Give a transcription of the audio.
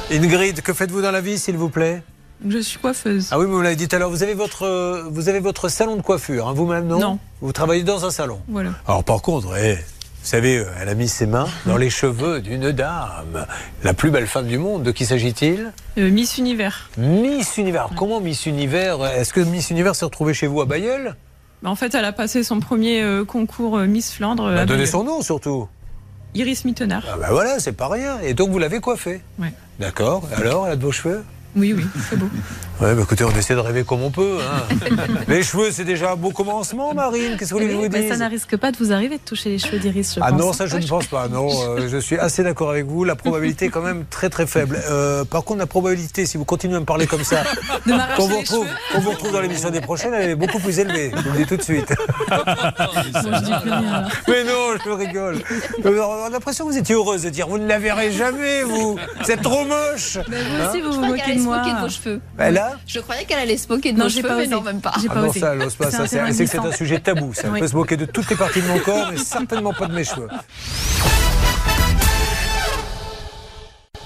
Ingrid, que faites-vous dans la vie, s'il vous plaît? Je suis coiffeuse. Ah oui, mais vous l'avez dit tout à l'heure, vous avez votre salon de coiffure, hein, vous-même, non? Non. Vous travaillez dans un salon. Voilà. Alors par contre, vous savez, elle a mis ses mains dans les cheveux d'une dame, la plus belle femme du monde. De qui s'agit-il? Miss Univers. Miss Univers. Alors, comment Miss Univers? Est-ce que Miss Univers s'est retrouvée chez vous à Bailleul? En fait, elle a passé son premier concours Miss Flandre. Elle a donné son nom, surtout. Iris Mittenard. Ah ben voilà, c'est pas rien. Et donc vous l'avez coiffée? Oui. D'accord. Alors, elle a de beaux cheveux? Oui, c'est beau. Ouais, bah écoutez, on essaie de rêver comme on peut. Hein. Les cheveux, c'est déjà un beau commencement, Marine. Qu'est-ce que vous voulez que je vous dise? Ça ne risque pas de vous arriver de toucher les cheveux d'Iris, je pense. Ah non, ça je ne pense pas. Non, je suis assez d'accord avec vous. La probabilité est quand même très très faible. Par contre, la probabilité, si vous continuez à me parler comme ça, qu'on vous retrouve dans l'émission des prochaines, elle est beaucoup plus élevée. Je vous le dis tout de suite. Bon, je dis plus rien, alors. Mais non, je rigole. On a l'impression que vous étiez heureuse de dire vous ne la verrez jamais, vous. C'est trop moche. Mais vous aussi, vous vous moquez de moi. De vos cheveux. Elle a Je croyais qu'elle allait se moquer de vos cheveux, mais non, même pas. J'ai pas non, osé. ça, elle n'ose pas. Ça, c'est que c'est un sujet tabou. Ça. Elle peut se moquer de toutes les parties de mon corps, mais certainement pas de mes cheveux.